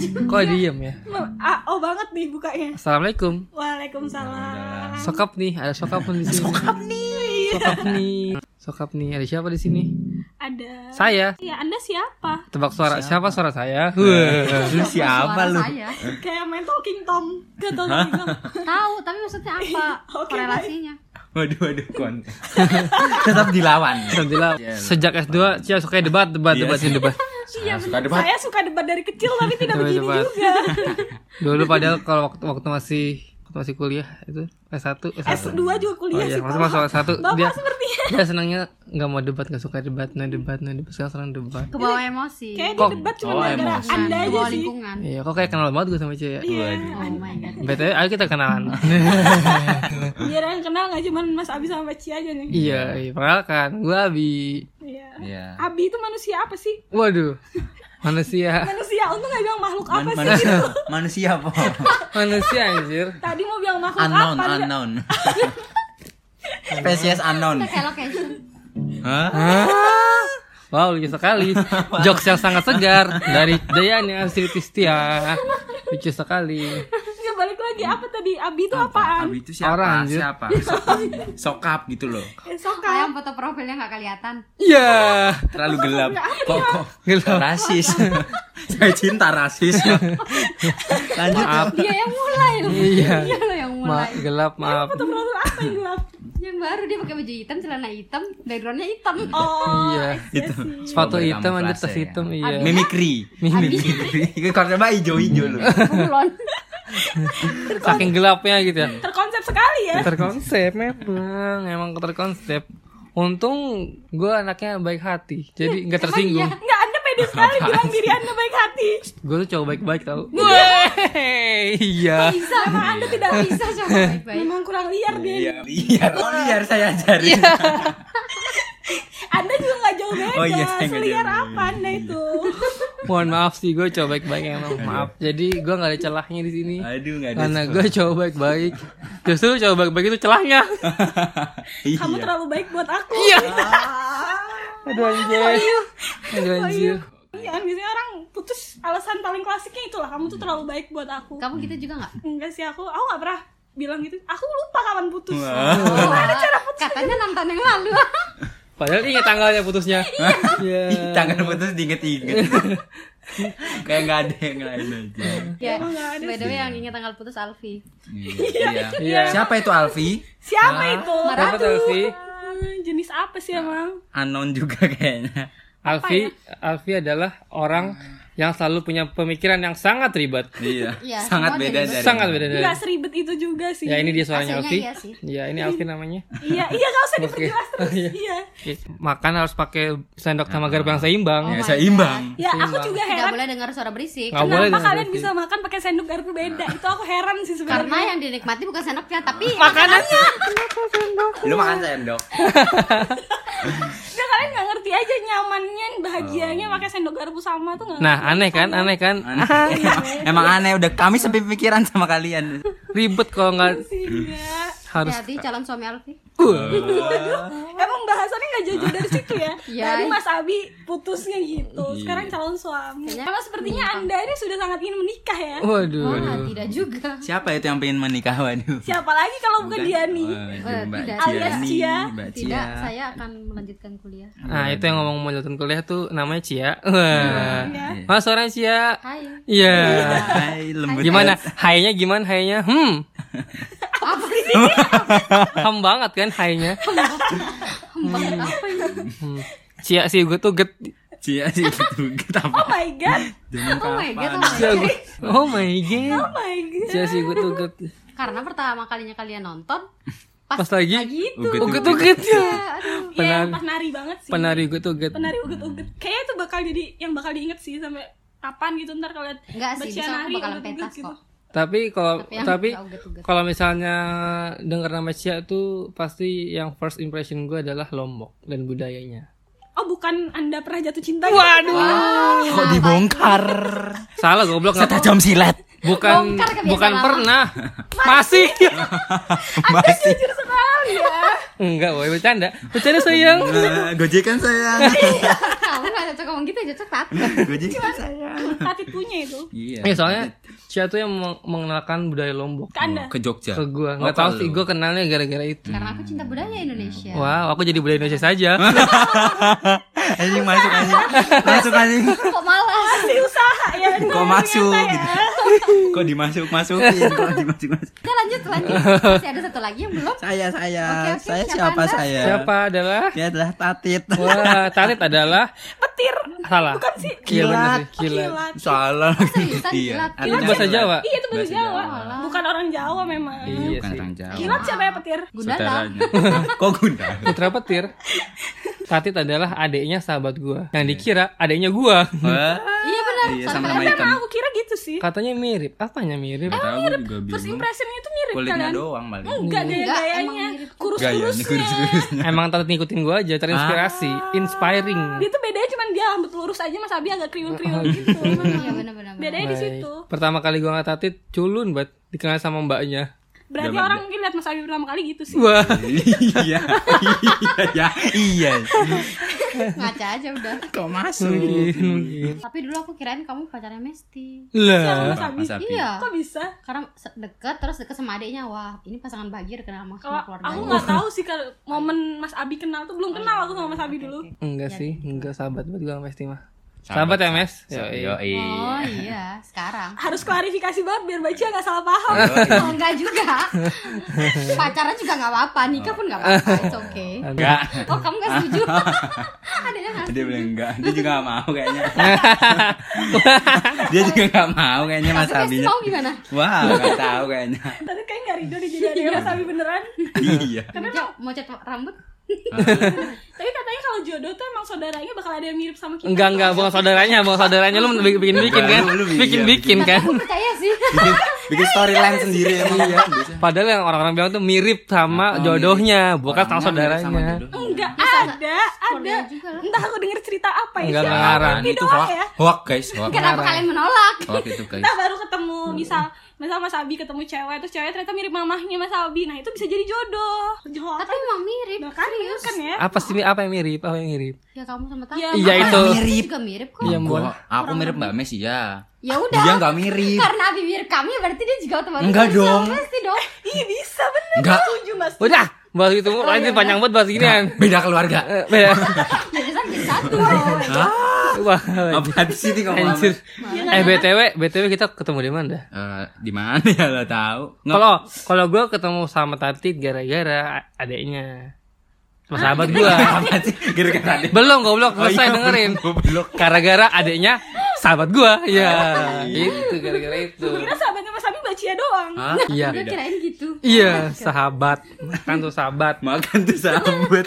Kok diem ya? Oh banget nih bukanya. Assalamualaikum. Waalaikumsalam. Sokap nih, ada sokap di sini. Sokap nih. Ada siapa di sini? Ada. Saya. Iya, Anda siapa? Tebak suara siapa suara saya? Lu siapa lu? Kayak main Talking Tom. Gak tau Talking Tom. Tahu, tapi maksudnya apa? Oke, Korelasinya. Waduh konten. Tetap dilawan. Sejak S2 Cia suka debat. Iya, suka debat. saya suka debat dari kecil tapi tidak begini Debat. juga. Dulu padahal kalau waktu masih kuliah itu S1 S2 juga kuliah sih. masih masuk S1 Bapak dia sepertinya. dia senangnya nggak mau debat, nggak suka debat, sekarang senang debat. Ke bawah emosi. Kayak Kok- di debat cuma Oh, gara-gara emosi. Anda Ke aja bawah sih. lingkungan. Iya, kok kayak kenal banget gue sama Cia ya. Iya. Oh my god. BTW ayo kita kenalan. Biar yang kenal nggak cuma Mas Abi sama Cia aja nih. Iya, perkenalkan gue Abi. Iya. Iya. Abi itu manusia apa sih? Waduh, manusia Untung nggak bilang makhluk apa sih? Manusia apa? manusia anjir. Tadi mau bilang makhluk apa? dia- Unknown. Spesies unknown. Kayak location. Hah? Wow, lucu sekali. Jokes yang sangat segar dari Dayani Asritistia. Lucu sekali. Ya balik lagi apa tadi? Abi itu apaan? Abi itu siapa? Orang, anjir. Siapa? Sokap gitu loh. Soka. Kayak foto profilnya nggak kelihatan. Iya. Terlalu gelap. Kok Gelap. rasis. Saya cinta rasis. Lanjut. Maaf. Dia yang mulai loh. Iya. Dia loh yang mulai. Gelap, maaf. Foto profil apa yang gelap? Yang baru dia pakai baju hitam, celana hitam, backgroundnya hitam. Oh, Iya. Itu. Sepatu Boleh hitam, anjir, tas kamuflase, hitam, ya. iya. Mimikri. Mimikri. Kalau coba hijau-hijau loh. Bulan. Saking gelapnya gitu ya. terkonsep sekali ya. Terkonsep emang terkonsep. Untung gue anaknya baik hati, jadi nggak tersinggung. Enggak, Anda pede sekali bilang diri Anda baik hati. Gue tuh cowok baik-baik tau. Weh, iya. Bisa, emang Anda tidak bisa coba baik-baik. Memang kurang liar dia. Liar. Oh liar saya ajarin. Anda juga nggak jauh beda. Oh iya, saya nggak Seliar jauh. apa Anda itu? Mohon maaf sih, gue cowok baik-baik emang. Maaf. Jadi gue nggak ada celahnya di sini. Aduh nggak ada. Karena gue cowok baik-baik. Justru cowok baik-baik itu celahnya. Iya. Kamu terlalu baik buat aku. Iya. Aduh anjir. Aduh anjir. Iya kan biasanya orang putus alasan paling klasiknya itulah, kamu tuh terlalu baik buat aku. Kamu gitu juga nggak? Enggak sih, aku nggak pernah bilang gitu. Aku lupa kapan putus. Katanya nonton yang lalu. Padahal ingat tanggalnya putusnya. Iya. Tangan putus diinget-inget. Kayak nggak ada yang lain aja. Ya, Emang nggak ada by the way yang ingat tanggal putus Alfi. Iya. Iya. Siapa itu Alfi? Siapa itu? Dapat Alfi. Jenis apa sih emang? Unknown juga kayaknya. Alfi adalah orang yang selalu punya pemikiran yang sangat ribet. Iya. Iya, Sangat semua beda dari- dari. Sangat beda dari. Enggak seribet itu juga sih. Ya ini dia suaranya Aslinya Alfi. iya sih. Ya ini Alfi namanya. Iya, nggak usah Oke. diperjelas terus. Iya. Iya. Makan harus pakai sendok sama garpu yang seimbang. Ya my seimbang. Ya, aku juga Tidak heran. boleh dengar suara berisik. Nggak boleh Kenapa dengar kalian berisik. bisa makan pakai sendok garpu beda? Itu aku heran sih Karena sebenarnya. yang dinikmati bukan sendoknya, tapi Makanannya. Lu makan sendok. Nah, kalian nggak ngerti aja nyamannya, bahagianya pakai sendok garpu sama tuh nggak. Nah, aneh kan? Emang aneh udah kami sampai pikiran sama kalian. Ribet kalau nggak sih enggak. harus. jadi calon suami Alfi. Emang bahasannya nggak jauh-jauh dari situ ya. Iya. Tadi Mas Abi putusnya gitu, Iya. sekarang calon suami. Kayaknya Emang sepertinya Anda ini sudah sangat ingin menikah ya. Waduh. Wah, tidak juga. Siapa itu yang pengen menikah? Waduh. Siapa lagi kalau bukan Diani? Waduh, Mbak Tidak. Alias Ciani, Cia. Mbak Tidak, Cia. saya akan melanjutkan kuliah. Nah, itu yang ngomong melanjutkan kuliah tuh namanya Cia. Wah. Ya. Mas suaranya Cia. Hai. Iya. Hai, lembut. Gimana? Hai-nya gimana? Hai-nya? Apa sih? Ham banget kan hai-nya. Banget apa ini? Cia sih gue tuh get. Cia sih itu kita Oh apa? my god. Oh my god, oh my Cia god. gue. Oh my god. Oh my god. Cia sih gue tuh get. Karena pertama kalinya kalian nonton Pas lagi. itu. Uget-uget ya. Aduh. Iya, yang Penari. pas nari banget sih. Penari gue tuh get. Penari uget-uget. Kayaknya itu bakal jadi yang bakal diinget sih sampai kapan gitu ntar kalau lihat Enggak sih, Mbak Cia bisa aku nari bakalan uget-uget pentas gitu. kok. Tapi kalau Tapi yang tapi nggak uget-uget. kalau misalnya dengar nama Cia tuh pasti yang first impression gue adalah Lombok dan budayanya. Oh bukan menyebabkan Anda pernah jatuh cinta gitu? Waduh. Kok dibongkar? Salah goblok nggak Setajam silat. bukan Bongkar kebiasaan bukan lama. pernah. Masih. Masih. Jujur sekali ya. Enggak, woy, bercanda. Bercanda sayang. Gojekan sayang. Kamu nggak cocok ngomong gitu, cocok Tati. Gojekan sayang. Tatit punya itu. Iya. Soalnya Cia tuh yang mengenalkan budaya Lombok Ke Anda. Ke Jogja. ke gua. Oh, Nggak tahu ke sih, lu. gua kenalnya gara-gara itu. Karena aku cinta budaya Indonesia. Wow, aku jadi budaya Indonesia saja. Anjing masuk anjing. Masuk anjing. Kok malas? Masih usaha ya. Kok masuk ternyata gitu. ya. Kok dimasuk-masukin? Kok dimasuk-masukin? Udah lanjut. Masih ada satu lagi yang belum. Saya. Oke, Saya siapa siapa Anda? saya? Siapa adalah? Dia adalah Tatit. Wah, Tarit adalah Petir. salah. Bukan sih. Iya benar sih, Kilat. kilat. Salah. seriusan, kilat. Itu bahasa Jawa. Iya itu bahasa Bahasa Jawa. Jawa. Bukan orang Jawa memang. Iya Bukan sih. orang Jawa. Kilat siapa ya Petir? Gundala. Saudaranya. Kok Gundala? Putra petir. Tatit adalah adiknya sahabat gua. Yang dikira adiknya gua. Wah. Iya benar. Iya, Soalnya sama-sama kalian hitam. Emang aku kira gitu sih. Katanya mirip. Apanya mirip? Nggak tahu gua juga First bingung. impressionnya itu mirip Kulitnya kalian. doang paling. Enggak gaya-gayanya. emang mirip. Gayanya Kurus-kurusnya. kurus-kurusnya. Emang Tatit ngikutin gua aja, terinspirasi, inspiring. Dia tuh bedanya cuman dia rambut lurus aja, Mas Abi agak kriwil-kriwil gitu. Iya benar-benar. Bedanya di Baik. situ. Pertama kali gua ngeliat Tatit culun banget, dikenal sama mbaknya. Berarti Udah, orang mungkin lihat Mas Abi pertama kali gitu sih. Wah, Iya. Iya. Ngaca aja udah. Kok masuk? mungkin. Tapi dulu aku kirain kamu pacarnya Mesti. Lah, Mas Abi. Mas Abi. Iya. Kok bisa? Karena deket terus deket sama adiknya. Wah, ini pasangan bahagia kenal sama Kalau keluarga. aku nggak tahu sih kalau momen Mas Abi kenal tuh belum kenal aku sama Mas Abi dulu. enggak sih, enggak sahabat banget gua sama Mesti mah. Sahabat ya, Mes? Yoi. Yoi. Oh iya, sekarang. Harus klarifikasi banget biar Bacia nggak salah paham. Oh, enggak juga. Pacaran juga nggak apa-apa, nikah pun nggak apa-apa. It's okay. Enggak. Oh, kamu nggak setuju? Adanya nggak Dia setuju. bilang enggak. Dia juga gak mau kayaknya. Dia juga gak mau kayaknya Mas Tapi Abinya. mau gimana? Wah, gak tahu kayaknya. Tapi kayak nggak ridho nih jadi adanya Mas Abi beneran. Iya. Mau cat rambut? Tapi katanya kalau jodoh tuh emang saudaranya bakal ada yang mirip sama kita. Enggak, bukan saudaranya lu bikin kan? Lu Bikin kan? Aku percaya sih. Bikin storyline sendiri emang. Iya. Padahal yang orang-orang bilang tuh mirip sama jodohnya, bukan sama saudaranya. Enggak Bisa ada. Keluarga juga lah. Entah aku denger cerita apa ya. Enggak siapa ngarang. Tapi Itu doang hoax. ya. Hoax guys, hoax. Kenapa kalian menolak? Hoax itu guys. Entah baru ketemu misal Mas Abi ketemu cewek terus cewek ternyata mirip mamahnya Mas Abi. Nah, itu bisa jadi jodoh. Jodoh Tapi emang mirip. Nah, kan Serius. kan ya. Apa sih apa yang mirip? Apa yang mirip? Ya kamu sama Tati. Iya, Iya itu. mirip. Juga mirip kok. Iya, Gua, Mon. aku mirip Mbak Mes ya. Ya udah. Dia gak mirip. Karena Abi mirip kami berarti dia juga otomatis Enggak mirip sama dong. Mesti dong. Ih, bisa bener. Enggak. Setuju, Mas. Udah, bahas itu lanjut panjang banget bahas ginian. Beda keluarga. Beda. Jadi kan jadi satu. Wah, Apa di sini ngomong? anjir. BTW kita ketemu di mana dah? Di mana ya lo tahu? Kalau gue ketemu sama Tatit gara-gara adeknya. Sama sahabat gue. Apa sih? Gara-gara dia. Belum goblok, Oh, selesai iya, dengerin. goblok. Gara-gara adeknya sahabat gue. Ya, itu gara-gara itu. Kira sahabatnya Mas Abi Bacia doang. Hah? Iya. Gue kirain gitu. Iya, sahabat. Kan tuh sahabat. Makan tuh sambut.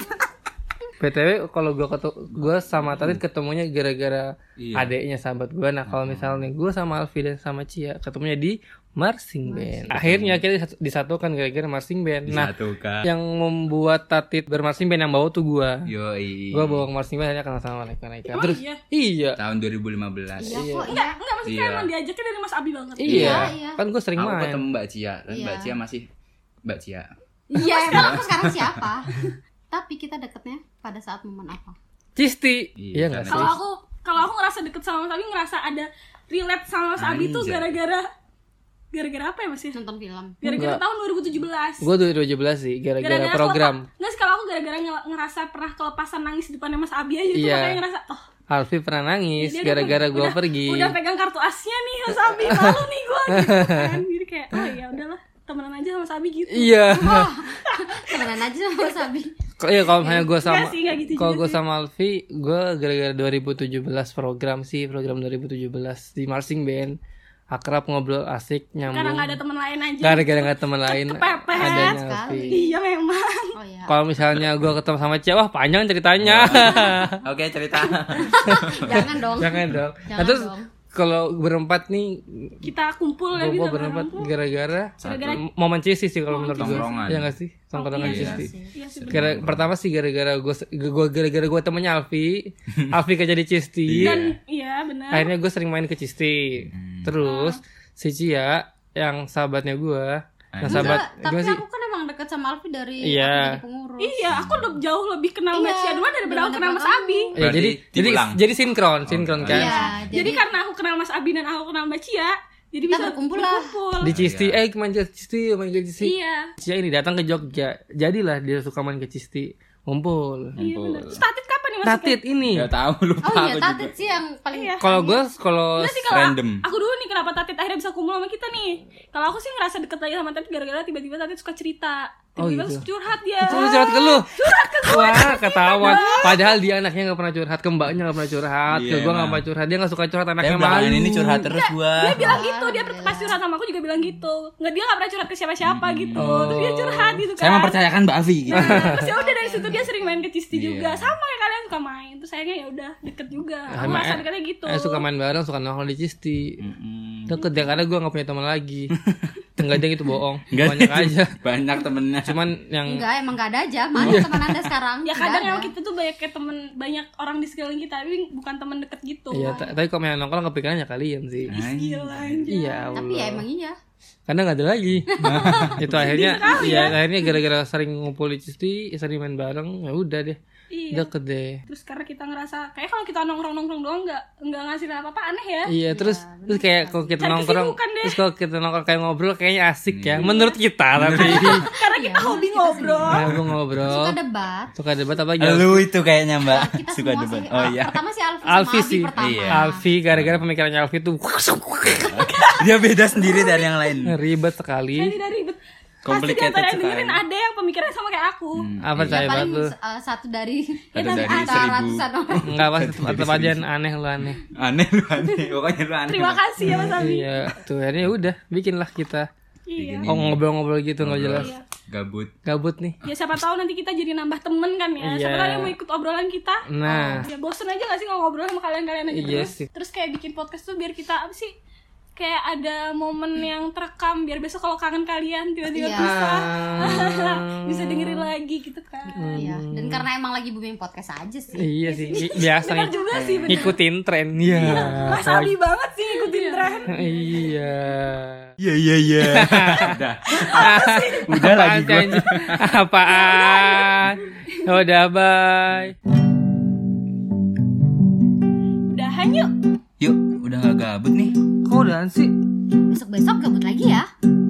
BTW kalau gue sama Tatit ketemunya gara-gara Iya. adeknya sahabat gue. Nah kalau misalnya gue sama Alfi dan sama Cia ketemunya di marching band. Akhirnya kita disatukan gara-gara marching band. Nah Disatukan. yang membuat Tatit bermarching band yang bawa tuh gue. Yoi. Gue bawa marching band akhirnya kenal sama mereka. Emang Terus iya? iya. Tahun 2015. Iya kok. Enggak maksudnya Iya. emang diajaknya dari Mas Abi banget. Iya. Iya. Kan gue sering Aku main. ketemu Mbak Cia, dan Iya. Mbak Cia masih Mbak Cia. Iya, emang aku sekarang siapa? Tapi kita deketnya pada saat momen apa? Cisti. Iya, Iya nggak sih? karena- Kalau aku ngerasa deket sama Mas Abi, ngerasa ada relate sama Mas Abi tuh Anjay. gara-gara apa ya Mas ya? Nonton film. Gara-gara Enggak. tahun 2017. Gue 2017 sih gara-gara program. Enggak sih, kalau aku gara-gara ngerasa pernah kelepasan nangis di depannya Mas Abi aja tuh Iya. makanya ngerasa Alfi pernah nangis dia gara-gara gue udah- pergi. Udah pegang kartu asnya nih Mas Abi, malu nih gue gitu kan. Jadi kayak ya udahlah, temenan aja sama Mas Abi gitu. Iya. Temenan aja sama Mas Abi. Iya kalau misalnya gue sama Enggak sih, enggak gitu kalau juga gue sih. sama Alfi, gue gara-gara 2017 program 2017 di marching band, akrab ngobrol asik Karena nyambung. nggak ada teman lain aja. Gara-gara nggak teman lain Kepepet adanya sekali. Alfi. Iya memang. Oh iya. Kalau misalnya gue ketemu sama cewek, wah panjang ceritanya. Oke, cerita. Jangan dong. Jangan dong. Jangan Nah, terus dong. kalau berempat nih Kita kumpul lagi gue sama berempat orang tua. gara-gara Gara-gara momen cheesy sih kalau menurut gue. Tongkrongan. Ya nggak sih? Tongkrongan Iya cheesy. Iya sih, bener. Pertama sih gara-gara gue temennya Alfi gak jadi Cisti. Dan iya benar. Akhirnya gue sering main ke Cisti. Terus si Cia yang sahabatnya gue, yang sahabat Enggak, tapi gimana sih? aku kan emang deket sama Alfi dari Iya. aku jadi pengurus. Iya, aku jauh lebih kenal Mbak Iya, Cia duluan daripada aku kenal Mas Abi. Ya, Berarti jadi diulang. sinkron kan. Iya, Jadi karena aku kenal Mas Abi dan aku kenal Mbak Cia, jadi Kita bisa berkumpul lah. Di Cisti, main ke Cisti, main ke Cisti. Iya. Cia ini datang ke Jogja, jadilah dia suka main ke Cisti, ngumpul. Iya benar. Terus Tatit kapan nih masuknya? Tatit ini. Gak tahu, lupa Oh iya, aku Tatit juga. sih yang paling Iya. Kalau Nanti kalau Random. aku dulu nih kenapa Tatit akhirnya bisa kumpul sama kita nih. Kalau aku sih ngerasa deket lagi sama Tatit gara-gara tiba-tiba Tatit suka cerita. Oh, Tiba-tiba gitu. curhat dia. Itu curhat ke lu. Wah, ketahuan. Padahal dia anaknya gak pernah curhat, ke mbaknya gak pernah curhat, ke Iya, gue gak emang. pernah curhat, dia gak suka curhat, Tapi anaknya belakangan malu. ini curhat terus gua. Dia bilang gitu, dia pas curhat sama aku juga bilang gitu. Nggak, dia nggak pernah curhat ke siapa-siapa gitu. Terus dia curhat gitu kan. Saya mempercayakan Mbak Avi gitu. Terus ya udah dari situ dia sering main ke Cisti juga. Iya. Sama kayak kalian suka main. Terus akhirnya ya udah deket juga. Aku Emang, merasa deketnya gitu. suka main bareng, suka nongkrong di Cisti. Mm-mm. Deket ya, karena gue gak punya teman lagi. Enggak ada gitu, bohong. Enggak Banyak aja. Banyak temennya. Cuman yang enggak, emang enggak ada aja. Mana teman Anda sekarang? Ya Nggak kadang ada. emang kita tuh banyak kayak temen, banyak orang di sekeliling kita, tapi bukan temen deket gitu. Iya, tapi kalau main nongkrong kepikirannya kalian sih. Gila anjir. Iya, Tapi ya Allah. emang iya. Karena nggak ada lagi. Itu akhirnya, akhirnya gara-gara sering ngumpul di Cisti, sering main bareng, ya udah deh. Iya. Deket deh. Terus karena kita ngerasa kayak kalau kita nongkrong doang nggak ngasih apa-apa, aneh ya. Iya, terus kayak kalau kita Cari nongkrong, kesibukan deh. terus kalau kita nongkrong kayak ngobrol kayaknya asik ya. Menurut kita tapi Karena kita hobi ngobrol. nah, gue ngobrol, Suka debat. suka debat apa aja. Lu itu kayaknya Mbak. Kita Suka semua debat. sih. Oh iya. Pertama sih Alfi Alfi sama Abi sih. pertama. Iya. Alfi gara-gara pemikirannya Alfi tuh Dia beda sendiri dari yang lain. ribet sekali. Tidak ribet. Pasti di Complicated antara yang dengerin sekali. ada yang pemikirannya sama kayak aku. Apa Ya saya paling banget? satu dari Satu dari antara 1000. ratusan orang. Enggak pas tetap aja aneh lu aneh. Aneh lu aneh. Pokoknya lu aneh. Terima kasih ya Mas Abi. Iya, tuh akhirnya udah bikinlah kita. Iya. Oh ngobrol-ngobrol gitu nggak jelas. Gabut. Gabut nih. Ya siapa tahu nanti kita jadi nambah temen kan ya. Iya. Siapa tahu yang mau ikut obrolan kita. Nah, Ya bosen aja gak sih kalau ngobrol sama kalian-kalian aja Iya terus. sih. Terus kayak bikin podcast tuh biar kita apa sih? Kayak ada momen yang terekam biar besok kalau kangen kalian tiba-tiba Iya. bisa bisa dengerin lagi gitu kan. Iya. Dan karena emang lagi booming podcast aja sih. iya sih biasa Benar juga sih bener. ngikutin tren. Iya. Mas Abi banget sih ngikutin tren. Iya. Iya. Udah. Udah lagi gua. Apaan, anjing? Apaan? Udah bye. Udahan yuk. Yuk, udah gak gabut nih. Kok udahan sih? Besok-besok gabut lagi ya.